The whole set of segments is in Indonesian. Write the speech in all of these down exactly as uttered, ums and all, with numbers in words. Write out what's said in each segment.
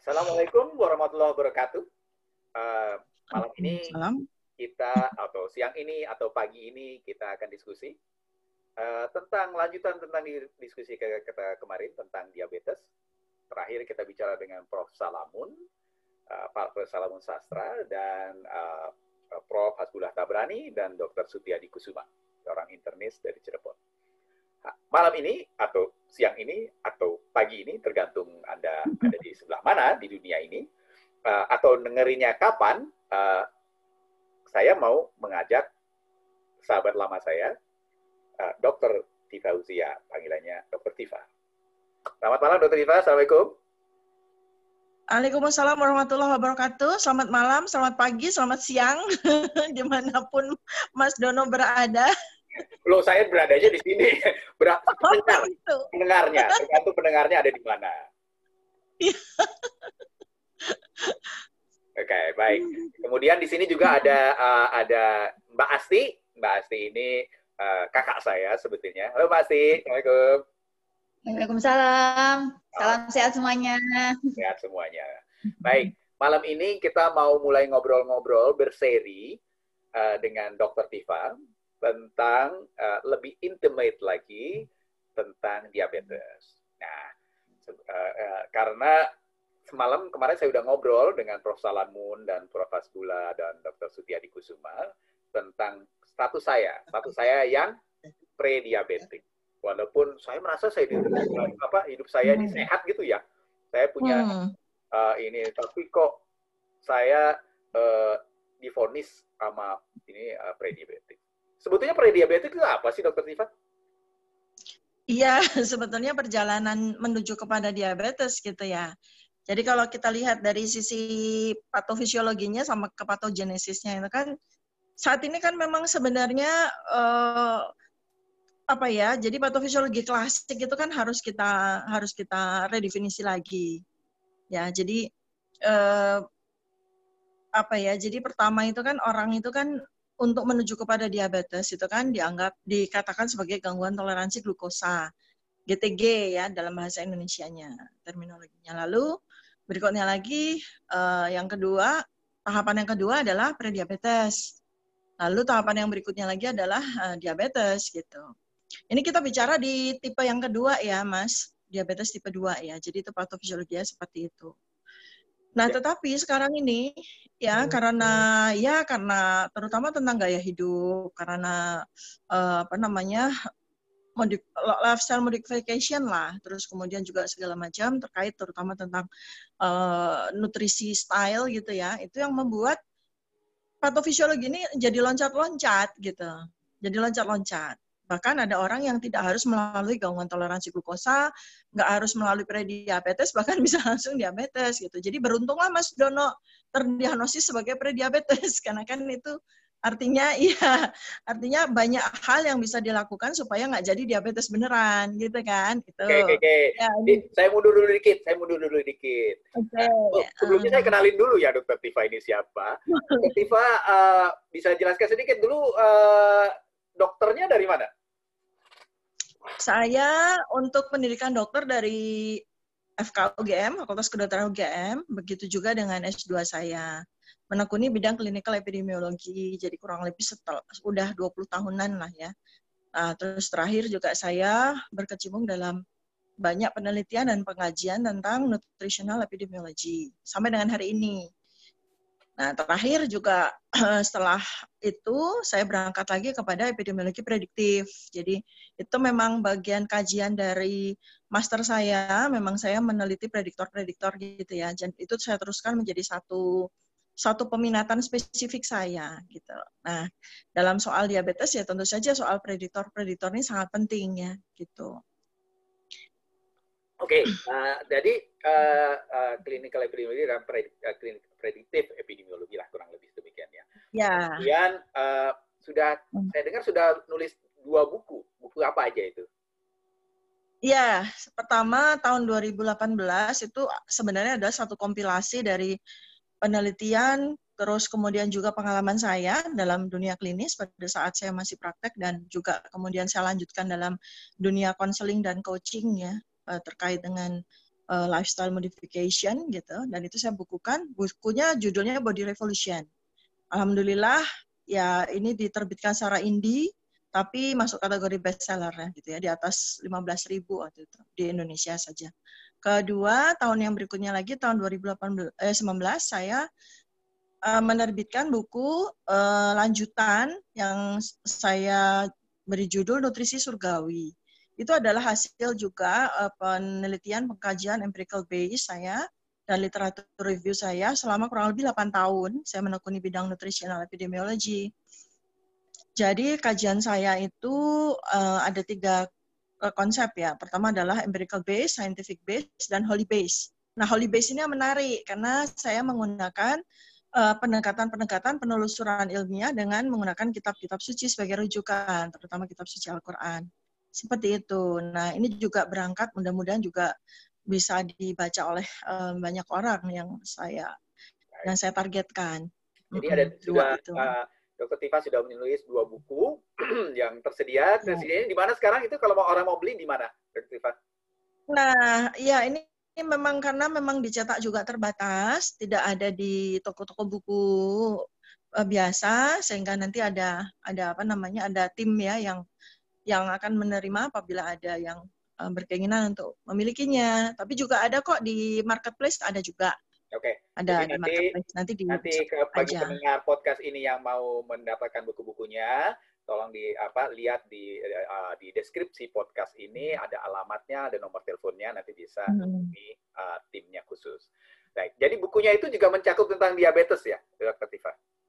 Assalamualaikum warahmatullahi wabarakatuh. Uh, malam ini Salam. kita atau siang ini atau pagi ini kita akan diskusi uh, tentang lanjutan tentang diskusi kita kemarin tentang diabetes. Terakhir kita bicara dengan Prof Salamun, uh, Pak Prof Salamun Sastra dan uh, Prof Hasbullah Tabrani dan Dokter Sutiadi Kusuma, seorang internis dari Cirebon. Malam ini atau siang ini atau pagi ini tergantung Anda ada di sebelah mana di dunia ini uh, atau dengerinnya kapan, uh, saya mau mengajak sahabat lama saya, uh, Dokter Tifa Uzia, panggilannya Dokter Tifa. Selamat malam Dokter Tifa, Assalamualaikum. Waalaikumsalam warahmatullahi wabarakatuh. Selamat malam, selamat pagi, selamat siang, dimanapun Mas Dono berada. Loh, saya berada aja di sini. Berapa Oh, pendengar, itu. pendengarnya? Tergantung pendengarnya ada di mana. Oke, okay, baik. Kemudian di sini juga ada uh, ada Mbak Asti. Mbak Asti ini uh, kakak saya sebetulnya. Halo Mbak Asti, Assalamualaikum. Waalaikumsalam. Salam oh. sehat semuanya. Sehat semuanya. Baik, malam ini kita mau mulai ngobrol-ngobrol berseri uh, dengan Dokter Tifa tentang uh, lebih intimate lagi tentang diabetes. Nah, uh, uh, karena semalam kemarin saya udah ngobrol dengan Prof Salamun dan Prof Hasbullah dan Dokter Sutiadi Kusuma tentang status saya, status saya yang pre-diabetik. Walaupun saya merasa saya hidup, apa, hidup saya ini sehat gitu ya, saya punya hmm. uh, ini, tapi kok saya uh, divonis sama ini uh, pre-diabetik. Sebetulnya pre-diabetik itu apa sih, Dokter Tifa? Iya, sebetulnya perjalanan menuju kepada diabetes gitu ya. Jadi kalau kita lihat dari sisi patofisiologinya sama kepatogenesisnya itu kan, saat ini kan memang sebenarnya eh, apa ya? Jadi patofisiologi klasik itu kan harus kita harus kita redefinisi lagi. Ya, jadi eh, apa ya? Jadi pertama itu kan orang itu kan untuk menuju kepada diabetes itu kan dianggap dikatakan sebagai gangguan toleransi glukosa, G T G ya dalam bahasa Indonesianya terminologinya. Lalu berikutnya lagi eh, yang kedua, tahapan yang kedua adalah prediabetes. Lalu tahapan yang berikutnya lagi adalah eh, diabetes gitu. Ini kita bicara di tipe yang kedua ya, Mas, diabetes tipe dua ya. Jadi itu patofisiologinya seperti itu. Nah, tetapi sekarang ini ya karena ya karena terutama tentang gaya hidup, karena uh, apa namanya modif, lifestyle modification lah, terus kemudian juga segala macam terkait terutama tentang uh, nutrisi style gitu ya, itu yang membuat patofisiologi ini jadi loncat-loncat gitu, jadi loncat-loncat. Bahkan ada orang yang tidak harus melalui gangguan toleransi glukosa, nggak harus melalui prediabetes, bahkan bisa langsung diabetes gitu. Jadi beruntunglah Mas Dono terdiagnosis sebagai prediabetes, karena kan itu artinya iya, artinya banyak hal yang bisa dilakukan supaya nggak jadi diabetes beneran, gitu kan? Gitu. Oke, oke, oke. Ya, saya mundur dulu dikit, saya mundur dulu dikit. Okay. Nah, oh, sebelumnya uh. saya kenalin dulu ya Dokter Tifa ini siapa. Dokter Tifa uh, bisa jelaskan sedikit dulu. Uh, Dokternya dari mana? Saya untuk pendidikan dokter dari F K U G M, Fakultas Kedokteran U G M, begitu juga dengan S dua saya. Menekuni bidang klinikal epidemiologi, jadi kurang lebih setel, udah dua puluh tahunan lah ya. Nah, terus terakhir juga saya berkecimpung dalam banyak penelitian dan pengajian tentang nutritional epidemiology, sampai dengan hari ini. Nah, terakhir juga setelah itu saya berangkat lagi kepada epidemiologi prediktif. Jadi itu memang bagian kajian dari master saya, memang saya meneliti prediktor-prediktor gitu ya. Dan itu saya teruskan menjadi satu satu peminatan spesifik saya gitu. Nah, dalam soal diabetes ya tentu saja soal prediktor-prediktor ini sangat penting ya gitu. Oke, okay, uh, jadi uh, uh, clinical epidemiology dan prediktif epidemiologi lah kurang lebih demikian ya. Ya. Kemudian uh, sudah hmm. saya dengar sudah nulis dua buku. Buku apa aja itu? Ya, pertama tahun dua ribu delapan belas itu sebenarnya adalah satu kompilasi dari penelitian, terus kemudian juga pengalaman saya dalam dunia klinis pada saat saya masih praktek dan juga kemudian saya lanjutkan dalam dunia konseling dan coaching ya terkait dengan uh, lifestyle modification gitu, dan itu saya bukukan. Bukunya judulnya Body Revolution. Alhamdulillah ya ini diterbitkan secara indie, tapi masuk kategori bestseller ya gitu ya, di atas lima belas ribu waktu itu di Indonesia saja. Kedua, tahun yang berikutnya lagi tahun dua ribu sembilan belas saya uh, menerbitkan buku uh, lanjutan yang saya beri judul Nutrisi Surgawi. Itu adalah hasil juga uh, penelitian, pengkajian empirical base saya dan literatur review saya selama kurang lebih delapan tahun. Saya menekuni bidang nutritional epidemiology. Jadi kajian saya itu uh, ada tiga uh, konsep ya. Pertama adalah empirical base, scientific base, dan holy base. Nah, holy base ini menarik karena saya menggunakan uh, pendekatan-pendekatan penelusuran ilmiah dengan menggunakan kitab-kitab suci sebagai rujukan, terutama kitab suci Al-Quran. Seperti itu. Nah, ini juga berangkat mudah-mudahan juga bisa dibaca oleh um, banyak orang yang saya yang saya targetkan. Jadi ada Mm-mm, sudah itu. uh, Dokter Tifa sudah menulis dua buku yang tersedia. Ya. Tersedianya di mana sekarang itu? Kalau mau orang mau beli di mana, Dokter Tifa? Nah, ya ini, ini memang karena memang dicetak juga terbatas, tidak ada di toko-toko buku uh, biasa, sehingga nanti ada ada apa namanya ada tim ya yang yang akan menerima apabila ada yang uh, berkeinginan untuk memilikinya. Tapi juga ada kok di marketplace, ada juga. Oke. Ada Jadi di nanti marketplace. Nanti di nanti ke, bagi aja. pendengar podcast ini yang mau mendapatkan buku-bukunya, tolong di apa lihat di uh, di deskripsi podcast ini ada alamatnya, ada nomor teleponnya, nanti bisa Hmm. di uh, timnya khusus. Baik. Jadi bukunya itu juga mencakup tentang diabetes ya, Dokter Tifa?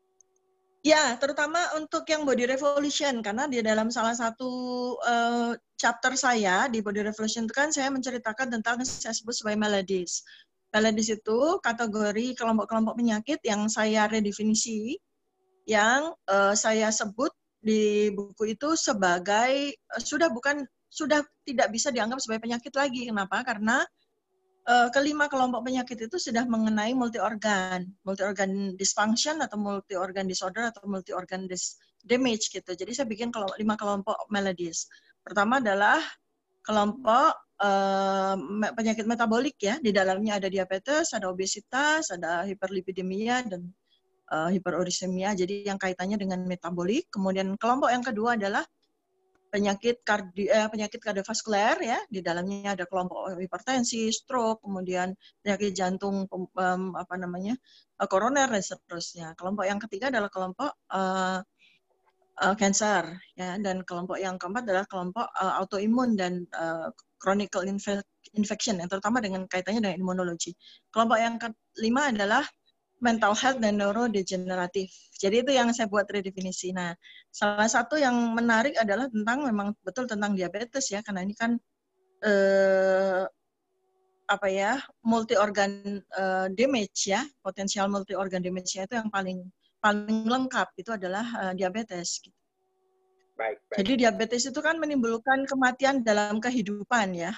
Ya, terutama untuk yang Body Revolution, karena di dalam salah satu uh, chapter saya di Body Revolution itu kan saya menceritakan tentang saya sebut sebagai maladies. Maladies itu kategori kelompok-kelompok penyakit yang saya redefinisi, yang uh, saya sebut di buku itu sebagai uh, sudah bukan sudah tidak bisa dianggap sebagai penyakit lagi. Kenapa? Karena kelima kelompok penyakit itu sudah mengenai multi-organ, multi-organ dysfunction atau multi-organ disorder atau multi-organ damage gitu. Jadi saya bikin kelompok, lima kelompok maladies. Pertama adalah kelompok uh, penyakit metabolik ya. Di dalamnya ada diabetes, ada obesitas, ada hiperlipidemia dan uh, hiperurisemia. Jadi yang kaitannya dengan metabolik. Kemudian kelompok yang kedua adalah penyakit kardi, eh, penyakit kardiovaskuler ya, di dalamnya ada kelompok hipertensi, stroke, kemudian penyakit jantung um, apa namanya koroner dan seterusnya. Kelompok yang ketiga adalah kelompok uh, uh, cancer ya, dan kelompok yang keempat adalah kelompok uh, autoimun dan uh, chronic infection yang terutama dengan kaitannya dengan imunologi. Kelompok yang kelima adalah mental health dan neurodegeneratif. Jadi itu yang saya buat redefinisi. Nah, salah satu yang menarik adalah tentang memang betul tentang diabetes ya, karena ini kan eh, apa ya multi organ eh, damage ya, potensial multi organ damage-nya itu yang paling paling lengkap itu adalah eh, diabetes. Baik, baik. Jadi diabetes itu kan menimbulkan kematian dalam kehidupan ya.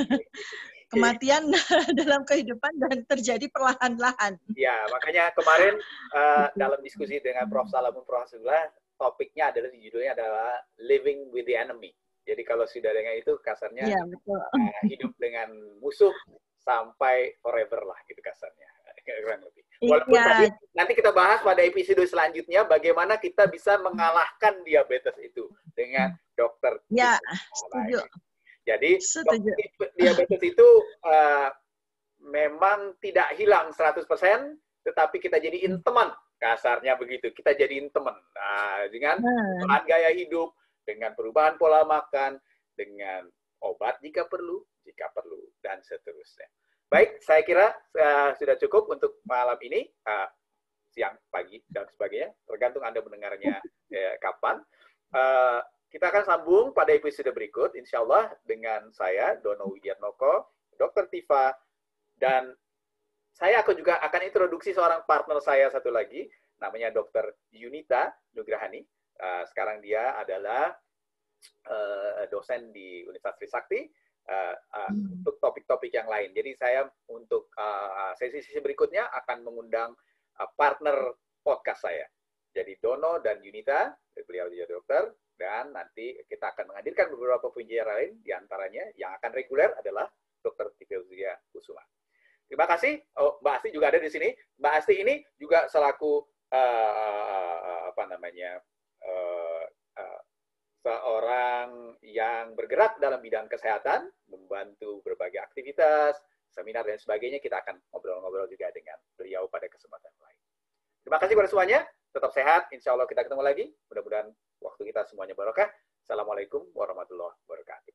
Kematian dalam kehidupan dan terjadi perlahan-lahan. Ya, makanya kemarin uh, dalam diskusi dengan Profesor Salamun, Profesor Abdullah, topiknya adalah, judulnya adalah Living with the Enemy. Jadi kalau sudah dengan itu kasarnya ya, betul. Uh, hidup dengan musuh sampai forever lah gitu kasarnya. Kurang lebih. Walaupun ya. tadi nanti kita bahas pada episode selanjutnya bagaimana kita bisa mengalahkan diabetes itu dengan dokter. Ya, setuju. Jadi diabetes itu uh, memang tidak hilang seratus persen, tetapi kita jadiin teman. Kasarnya begitu, kita jadiin teman. Nah, dengan perubahan gaya hidup, dengan perubahan pola makan, dengan obat jika perlu, jika perlu, dan seterusnya. Baik, saya kira uh, sudah cukup untuk malam ini, uh, siang, pagi, dan sebagainya. Tergantung Anda mendengarnya eh, kapan. Uh, Kita akan sambung pada episode berikut, insya Allah, dengan saya, Dono Widiatmoko, Dokter Tifa, dan saya akan juga akan introduksi seorang partner saya satu lagi, namanya Dokter Yunita Nugrahani. Uh, sekarang dia adalah uh, dosen di Universitas Trisakti uh, uh, hmm. untuk topik-topik yang lain. Jadi saya untuk uh, sesi-sesi berikutnya akan mengundang uh, partner podcast saya. Jadi Dono dan Yunita, beliau juga dokter, dan nanti kita akan menghadirkan beberapa pembicara lain, diantaranya yang akan reguler adalah Dokter Tifauziah Kusuma. Terima kasih. Oh, Mbak Asti juga ada di sini. Mbak Asti ini juga selaku uh, apa namanya uh, uh, seorang yang bergerak dalam bidang kesehatan, membantu berbagai aktivitas, seminar dan sebagainya. Kita akan ngobrol-ngobrol juga dengan beliau pada kesempatan lain. Terima kasih kepada semuanya. Tetap sehat. Insya Allah kita ketemu lagi. Mudah-mudahan waktu kita semuanya barokah. Assalamualaikum warahmatullahi wabarakatuh.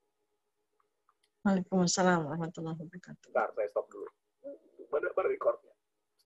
Waalaikumsalam warahmatullahi wabarakatuh. Bentar, saya stop dulu. Benar-benar recordnya.